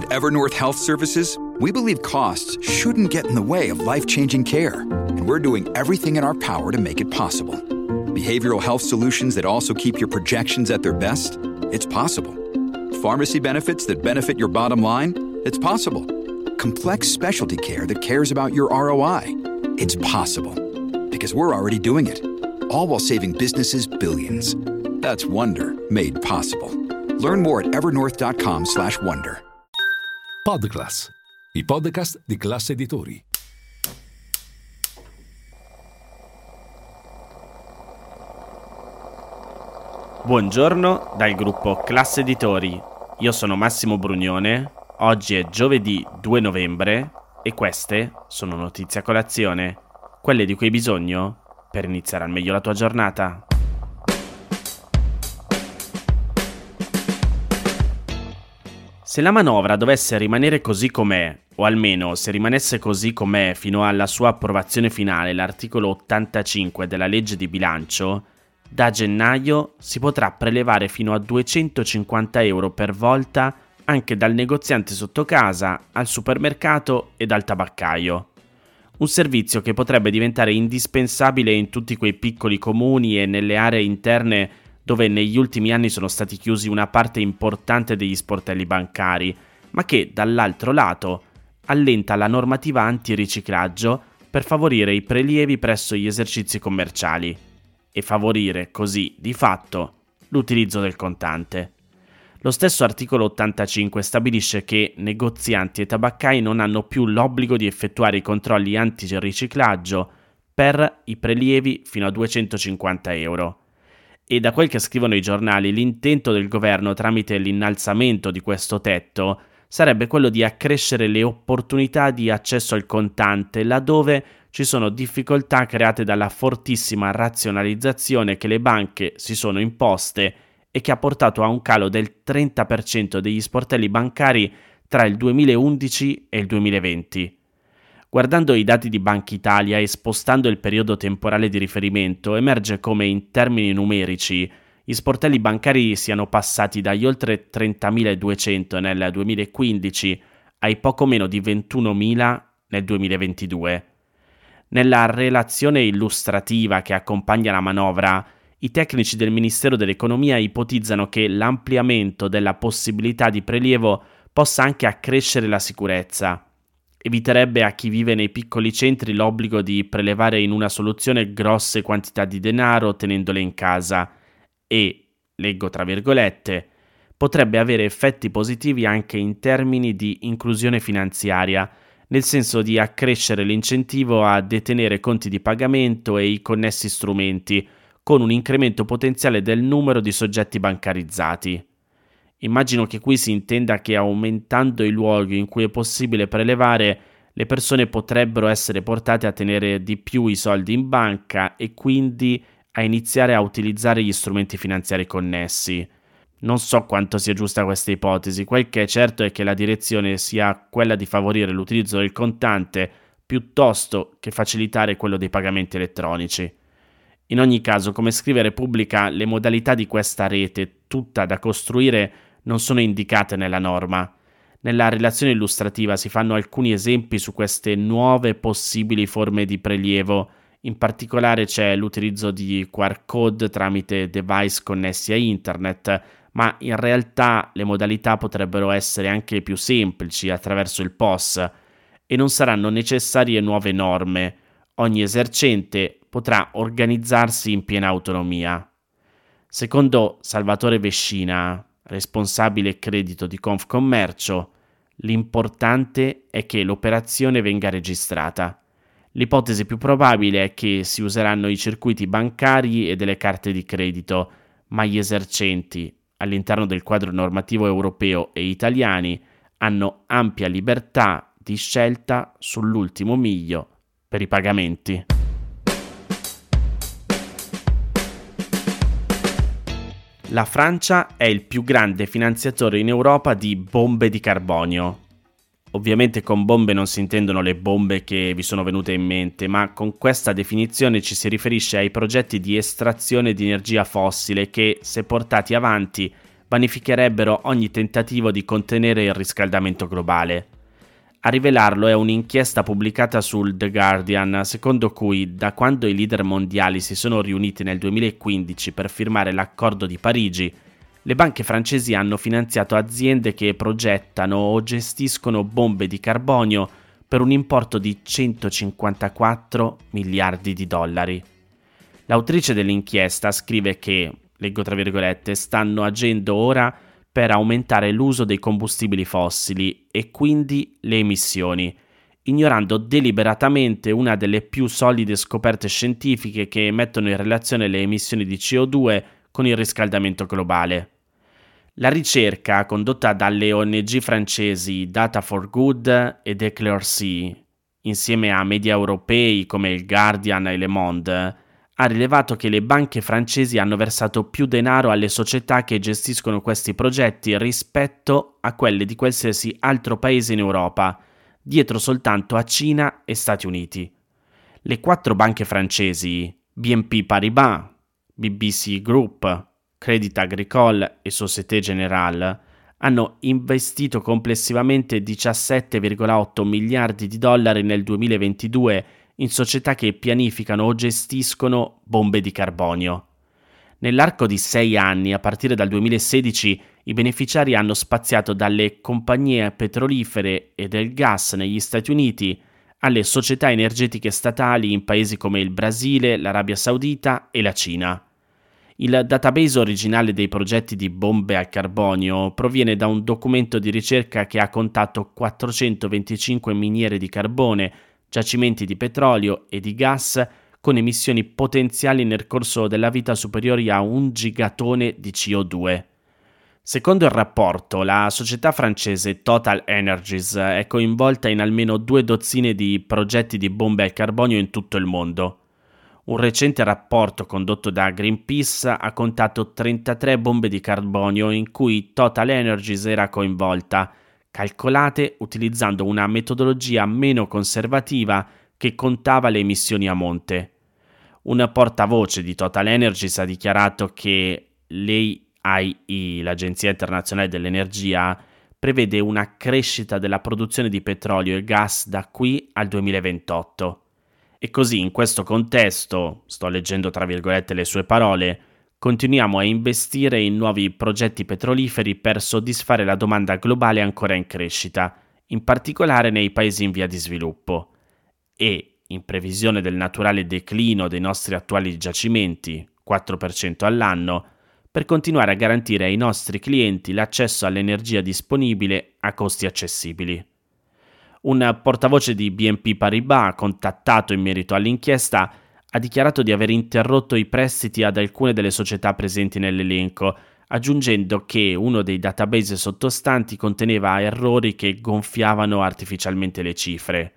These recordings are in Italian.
Evernorth Health Services, we believe costs shouldn't get in the way of life-changing care, and we're doing everything in our power to make it possible. Behavioral health solutions that also keep your projections at their best? It's possible. Pharmacy benefits that benefit your bottom line? It's possible. Complex specialty care that cares about your ROI? It's possible. Because we're already doing it. All while saving businesses billions. That's Wonder made possible. Learn more at evernorth.com/wonder. Podclass, i podcast di Classe Editori. Buongiorno dal gruppo Classe Editori. Io sono Massimo Brugnone. Oggi è giovedì 2 novembre e queste sono notizie a colazione, quelle di cui hai bisogno per iniziare al meglio la tua giornata. Se la manovra dovesse rimanere così com'è, o almeno se rimanesse così com'è fino alla sua approvazione finale, l'articolo 85 della legge di bilancio, da gennaio si potrà prelevare fino a 250 euro per volta anche dal negoziante sotto casa, al supermercato e dal tabaccaio. Un servizio che potrebbe diventare indispensabile in tutti quei piccoli comuni e nelle aree interne dove negli ultimi anni sono stati chiusi una parte importante degli sportelli bancari, ma che dall'altro lato allenta la normativa antiriciclaggio per favorire i prelievi presso gli esercizi commerciali e favorire così, di fatto, l'utilizzo del contante. Lo stesso articolo 85 stabilisce che negozianti e tabaccai non hanno più l'obbligo di effettuare i controlli antiriciclaggio per i prelievi fino a 250 euro. E da quel che scrivono i giornali, l'intento del governo tramite l'innalzamento di questo tetto sarebbe quello di accrescere le opportunità di accesso al contante laddove ci sono difficoltà create dalla fortissima razionalizzazione che le banche si sono imposte e che ha portato a un calo del 30% degli sportelli bancari tra il 2011 e il 2020. Guardando i dati di Banca Italia e spostando il periodo temporale di riferimento, emerge come in termini numerici gli sportelli bancari siano passati dagli oltre 30.200 nel 2015 ai poco meno di 21.000 nel 2022. Nella relazione illustrativa che accompagna la manovra, i tecnici del Ministero dell'Economia ipotizzano che l'ampliamento della possibilità di prelievo possa anche accrescere la sicurezza. Eviterebbe a chi vive nei piccoli centri l'obbligo di prelevare in una soluzione grosse quantità di denaro tenendole in casa e, leggo tra virgolette, potrebbe avere effetti positivi anche in termini di inclusione finanziaria, nel senso di accrescere l'incentivo a detenere conti di pagamento e i connessi strumenti, con un incremento potenziale del numero di soggetti bancarizzati. Immagino che qui si intenda che aumentando i luoghi in cui è possibile prelevare, le persone potrebbero essere portate a tenere di più i soldi in banca e quindi a iniziare a utilizzare gli strumenti finanziari connessi. Non so quanto sia giusta questa ipotesi, quel che è certo è che la direzione sia quella di favorire l'utilizzo del contante piuttosto che facilitare quello dei pagamenti elettronici. In ogni caso, come scrive Repubblica, le modalità di questa rete, tutta da costruire, non sono indicate nella norma. Nella relazione illustrativa si fanno alcuni esempi su queste nuove possibili forme di prelievo. In particolare c'è l'utilizzo di QR code tramite device connessi a internet, ma in realtà le modalità potrebbero essere anche più semplici attraverso il POS e non saranno necessarie nuove norme. Ogni esercente potrà organizzarsi in piena autonomia. Secondo Salvatore Vescina, responsabile credito di Confcommercio, l'importante è che l'operazione venga registrata. L'ipotesi più probabile è che si useranno i circuiti bancari e delle carte di credito, ma gli esercenti, all'interno del quadro normativo europeo e italiani, hanno ampia libertà di scelta sull'ultimo miglio per i pagamenti. La Francia è il più grande finanziatore in Europa di bombe di carbonio. Ovviamente con bombe non si intendono le bombe che vi sono venute in mente, ma con questa definizione ci si riferisce ai progetti di estrazione di energia fossile che, se portati avanti, vanificherebbero ogni tentativo di contenere il riscaldamento globale. A rivelarlo è un'inchiesta pubblicata sul The Guardian, secondo cui da quando i leader mondiali si sono riuniti nel 2015 per firmare l'accordo di Parigi, le banche francesi hanno finanziato aziende che progettano o gestiscono bombe di carbonio per un importo di 154 miliardi di dollari. L'autrice dell'inchiesta scrive che, leggo tra virgolette, stanno agendo ora per aumentare l'uso dei combustibili fossili e quindi le emissioni, ignorando deliberatamente una delle più solide scoperte scientifiche che mettono in relazione le emissioni di CO2 con il riscaldamento globale. La ricerca, condotta dalle ONG francesi Data for Good ed Eclaircy, insieme a media europei come il Guardian e Le Monde, ha rilevato che le banche francesi hanno versato più denaro alle società che gestiscono questi progetti rispetto a quelle di qualsiasi altro paese in Europa, dietro soltanto a Cina e Stati Uniti. Le 4 banche francesi, BNP Paribas, BBC Group, Crédit Agricole e Société Générale, hanno investito complessivamente 17,8 miliardi di dollari nel 2022 in società che pianificano o gestiscono bombe di carbonio. Nell'arco di 6 anni, a partire dal 2016, i beneficiari hanno spaziato dalle compagnie petrolifere e del gas negli Stati Uniti alle società energetiche statali in paesi come il Brasile, l'Arabia Saudita e la Cina. Il database originale dei progetti di bombe al carbonio proviene da un documento di ricerca che ha contato 425 miniere di carbone, giacimenti di petrolio e di gas con emissioni potenziali nel corso della vita superiori a 1 gigatone di CO2. Secondo il rapporto, la società francese Total Energies è coinvolta in almeno 2 dozzine di progetti di bombe al carbonio in tutto il mondo. Un recente rapporto condotto da Greenpeace ha contato 33 bombe di carbonio in cui Total Energies era coinvolta, calcolate utilizzando una metodologia meno conservativa che contava le emissioni a monte. Un portavoce di Total Energies ha dichiarato che l'AIE, l'Agenzia Internazionale dell'Energia, prevede una crescita della produzione di petrolio e gas da qui al 2028. E così, in questo contesto, sto leggendo tra virgolette le sue parole, continuiamo a investire in nuovi progetti petroliferi per soddisfare la domanda globale ancora in crescita, in particolare nei paesi in via di sviluppo. E, in previsione del naturale declino dei nostri attuali giacimenti, 4% all'anno, per continuare a garantire ai nostri clienti l'accesso all'energia disponibile a costi accessibili. Un portavoce di BNP Paribas, contattato in merito all'inchiesta, ha dichiarato di aver interrotto i prestiti ad alcune delle società presenti nell'elenco, aggiungendo che uno dei database sottostanti conteneva errori che gonfiavano artificialmente le cifre.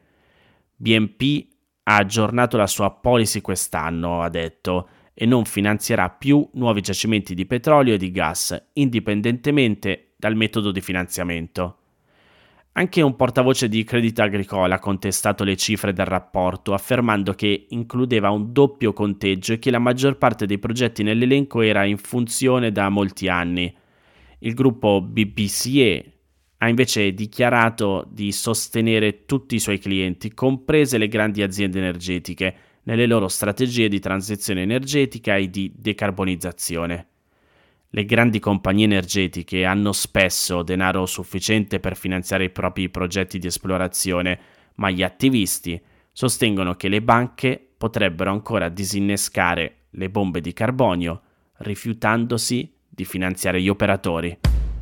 BNP ha aggiornato la sua policy quest'anno, ha detto, e non finanzierà più nuovi giacimenti di petrolio e di gas, indipendentemente dal metodo di finanziamento. Anche un portavoce di Crédit Agricole ha contestato le cifre del rapporto, affermando che includeva un doppio conteggio e che la maggior parte dei progetti nell'elenco era in funzione da molti anni. Il gruppo BPCE ha invece dichiarato di sostenere tutti i suoi clienti, comprese le grandi aziende energetiche, nelle loro strategie di transizione energetica e di decarbonizzazione. Le grandi compagnie energetiche hanno spesso denaro sufficiente per finanziare i propri progetti di esplorazione, ma gli attivisti sostengono che le banche potrebbero ancora disinnescare le bombe di carbonio, rifiutandosi di finanziare gli operatori.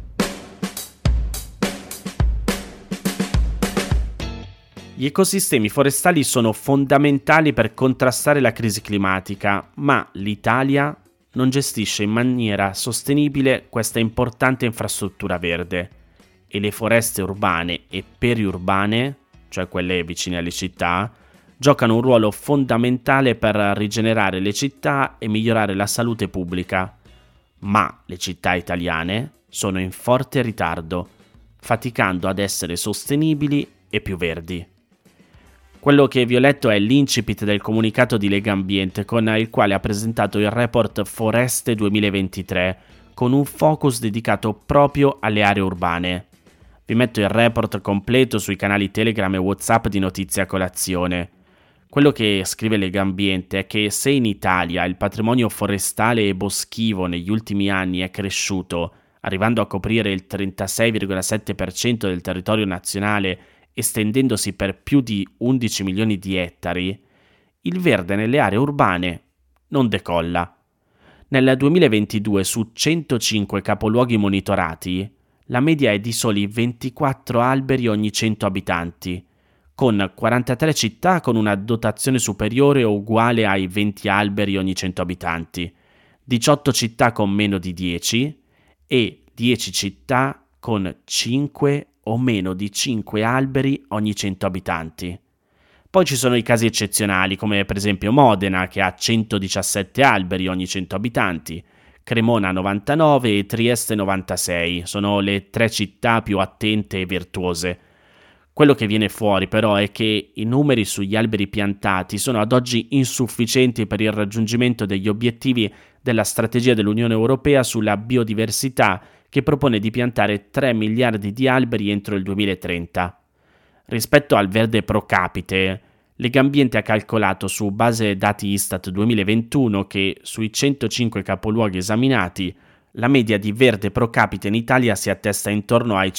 Gli ecosistemi forestali sono fondamentali per contrastare la crisi climatica, ma l'Italia non gestisce in maniera sostenibile questa importante infrastruttura verde e le foreste urbane e periurbane, cioè quelle vicine alle città, giocano un ruolo fondamentale per rigenerare le città e migliorare la salute pubblica. Ma le città italiane sono in forte ritardo, faticando ad essere sostenibili e più verdi. Quello che vi ho letto è l'incipit del comunicato di Legambiente con il quale ha presentato il report Foreste 2023, con un focus dedicato proprio alle aree urbane. Vi metto il report completo sui canali Telegram e WhatsApp di Notizia Colazione. Quello che scrive Legambiente è che se in Italia il patrimonio forestale e boschivo negli ultimi anni è cresciuto, arrivando a coprire il 36,7% del territorio nazionale, estendendosi per più di 11 milioni di ettari, il verde nelle aree urbane non decolla. Nel 2022 su 105 capoluoghi monitorati, la media è di soli 24 alberi ogni 100 abitanti, con 43 città con una dotazione superiore o uguale ai 20 alberi ogni 100 abitanti, 18 città con meno di 10 e 10 città con 5 o meno di 5 alberi ogni 100 abitanti. Poi ci sono i casi eccezionali, come per esempio Modena, che ha 117 alberi ogni 100 abitanti, Cremona 99 e Trieste 96, sono le 3 città più attente e virtuose. Quello che viene fuori però è che i numeri sugli alberi piantati sono ad oggi insufficienti per il raggiungimento degli obiettivi della strategia dell'Unione Europea sulla biodiversità, che propone di piantare 3 miliardi di alberi entro il 2030. Rispetto al verde pro capite, Legambiente ha calcolato su base dati Istat 2021 che sui 105 capoluoghi esaminati la media di verde pro capite in Italia si attesta intorno ai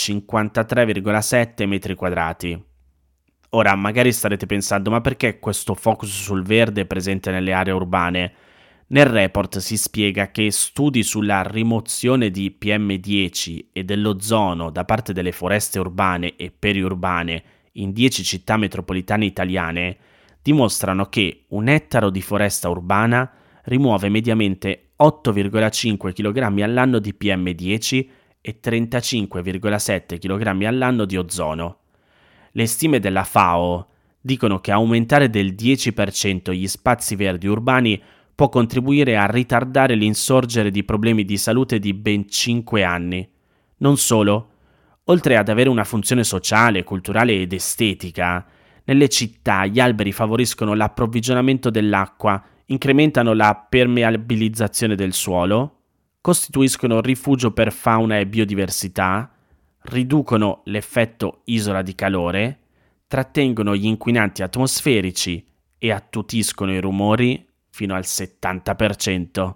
53,7 metri quadrati. Ora, magari starete pensando, ma perché questo focus sul verde è presente nelle aree urbane? Nel report si spiega che studi sulla rimozione di PM10 e dell'ozono da parte delle foreste urbane e periurbane in 10 città metropolitane italiane dimostrano che un ettaro di foresta urbana rimuove mediamente 8,5 kg all'anno di PM10 e 35,7 kg all'anno di ozono. Le stime della FAO dicono che aumentare del 10% gli spazi verdi urbani può contribuire a ritardare l'insorgere di problemi di salute di ben 5 anni. Non solo, oltre ad avere una funzione sociale, culturale ed estetica, nelle città gli alberi favoriscono l'approvvigionamento dell'acqua, incrementano la permeabilizzazione del suolo, costituiscono rifugio per fauna e biodiversità, riducono l'effetto isola di calore, trattengono gli inquinanti atmosferici e attutiscono i rumori fino al 70%.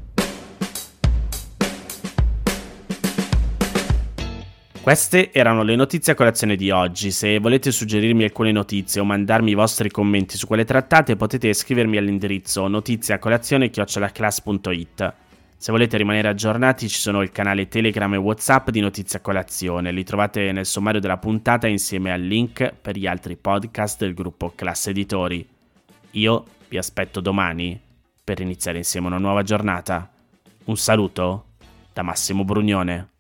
Queste erano le notizie a colazione di oggi. Se volete suggerirmi alcune notizie o mandarmi i vostri commenti su quelle trattate, potete scrivermi all'indirizzo notiziacolazione@class.it. Se volete rimanere aggiornati, ci sono il canale Telegram e WhatsApp di Notizia Colazione. Li trovate nel sommario della puntata insieme al link per gli altri podcast del gruppo Class Editori. Io vi aspetto domani per iniziare insieme una nuova giornata. Un saluto da Massimo Brugnone.